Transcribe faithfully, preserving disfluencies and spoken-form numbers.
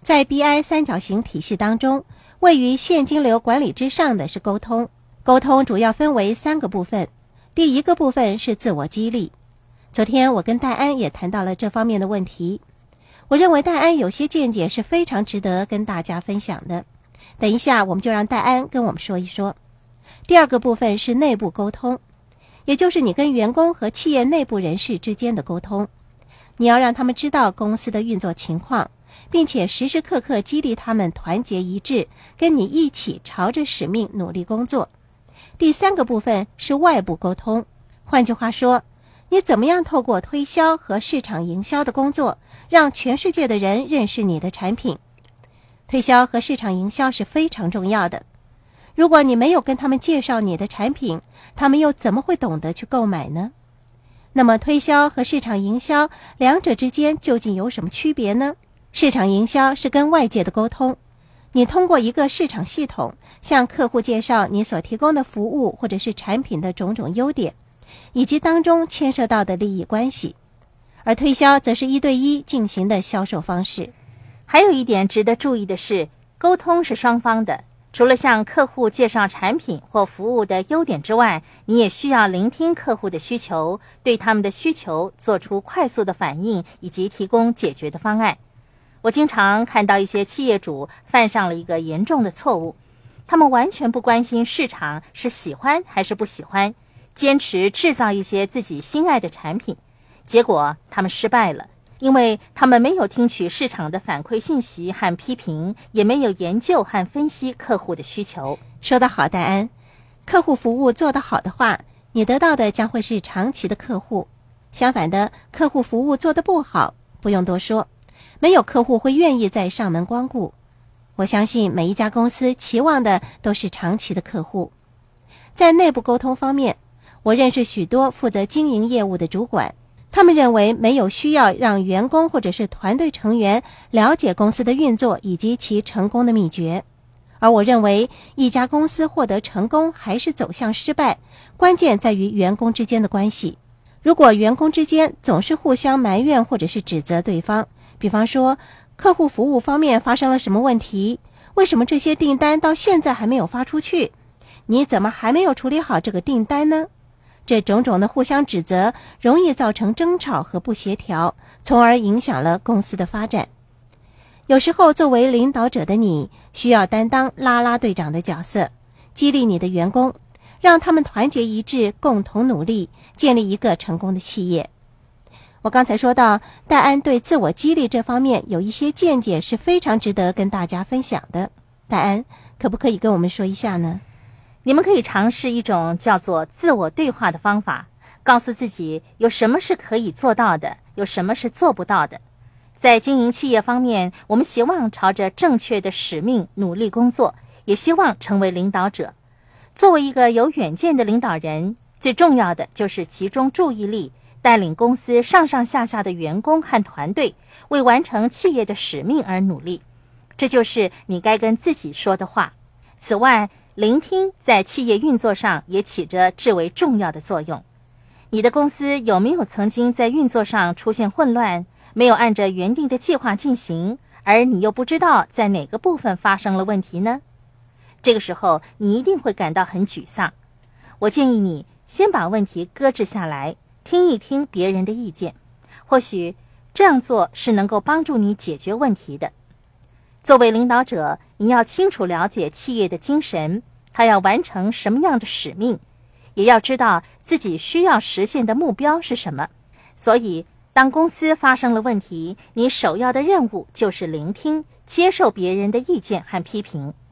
在 B I 三角形体系当中，位于现金流管理之上的是沟通。沟通主要分为三个部分，第一个部分是自我激励。昨天我跟戴安也谈到了这方面的问题，我认为戴安有些见解是非常值得跟大家分享的。等一下我们就让戴安跟我们说一说。第二个部分是内部沟通，也就是你跟员工和企业内部人士之间的沟通。你要让他们知道公司的运作情况，并且时时刻刻激励他们团结一致，跟你一起朝着使命努力工作。第三个部分是外部沟通，换句话说，你怎么样透过推销和市场营销的工作，让全世界的人认识你的产品。推销和市场营销是非常重要的。如果你没有跟他们介绍你的产品，他们又怎么会懂得去购买呢？那么推销和市场营销两者之间究竟有什么区别呢？市场营销是跟外界的沟通，你通过一个市场系统向客户介绍你所提供的服务或者是产品的种种优点，以及当中牵涉到的利益关系。而推销则是一对一进行的销售方式。 还有一点值得注意的是，沟通是双方的。除了向客户介绍产品或服务的优点之外，你也需要聆听客户的需求，对他们的需求做出快速的反应，以及提供解决的方案。我经常看到一些企业主犯上了一个严重的错误，他们完全不关心市场是喜欢还是不喜欢，坚持制造一些自己心爱的产品，结果他们失败了。因为他们没有听取市场的反馈信息和批评，也没有研究和分析客户的需求。 说得好，戴安，客户服务做得好的话，你得到的将会是长期的客户。相反的，客户服务做得不好，不用多说，没有客户会愿意再上门光顾。我相信每一家公司期望的都是长期的客户。在内部沟通方面，我认识许多负责经营业务的主管，他们认为没有需要让员工或者是团队成员了解公司的运作以及其成功的秘诀。而我认为一家公司获得成功还是走向失败，关键在于员工之间的关系。如果员工之间总是互相埋怨或者是指责对方，比方说客户服务方面发生了什么问题，为什么这些订单到现在还没有发出去，你怎么还没有处理好这个订单呢？这种种的互相指责容易造成争吵和不协调，从而影响了公司的发展。有时候作为领导者的你，需要担当啦啦队长的角色，激励你的员工，让他们团结一致，共同努力，建立一个成功的企业。我刚才说到，戴安对自我激励这方面有一些见解是非常值得跟大家分享的。戴安，可不可以跟我们说一下呢？ 你们可以尝试一种叫做自我对话的方法，告诉自己有什么是可以做到的，有什么是做不到的。在经营企业方面，我们希望朝着正确的使命努力工作，也希望成为领导者。作为一个有远见的领导人，最重要的就是集中注意力，带领公司上上下下的员工和团队，为完成企业的使命而努力。这就是你该跟自己说的话。此外，聆听在企业运作上也起着至为重要的作用。你的公司有没有曾经在运作上出现混乱，没有按着原定的计划进行，而你又不知道在哪个部分发生了问题呢？这个时候你一定会感到很沮丧。我建议你先把问题搁置下来，听一听别人的意见，或许这样做是能够帮助你解决问题的。作为领导者，你要清楚了解企业的精神，它要完成什么样的使命，也要知道自己需要实现的目标是什么。所以，当公司发生了问题，你首要的任务就是聆听，接受别人的意见和批评。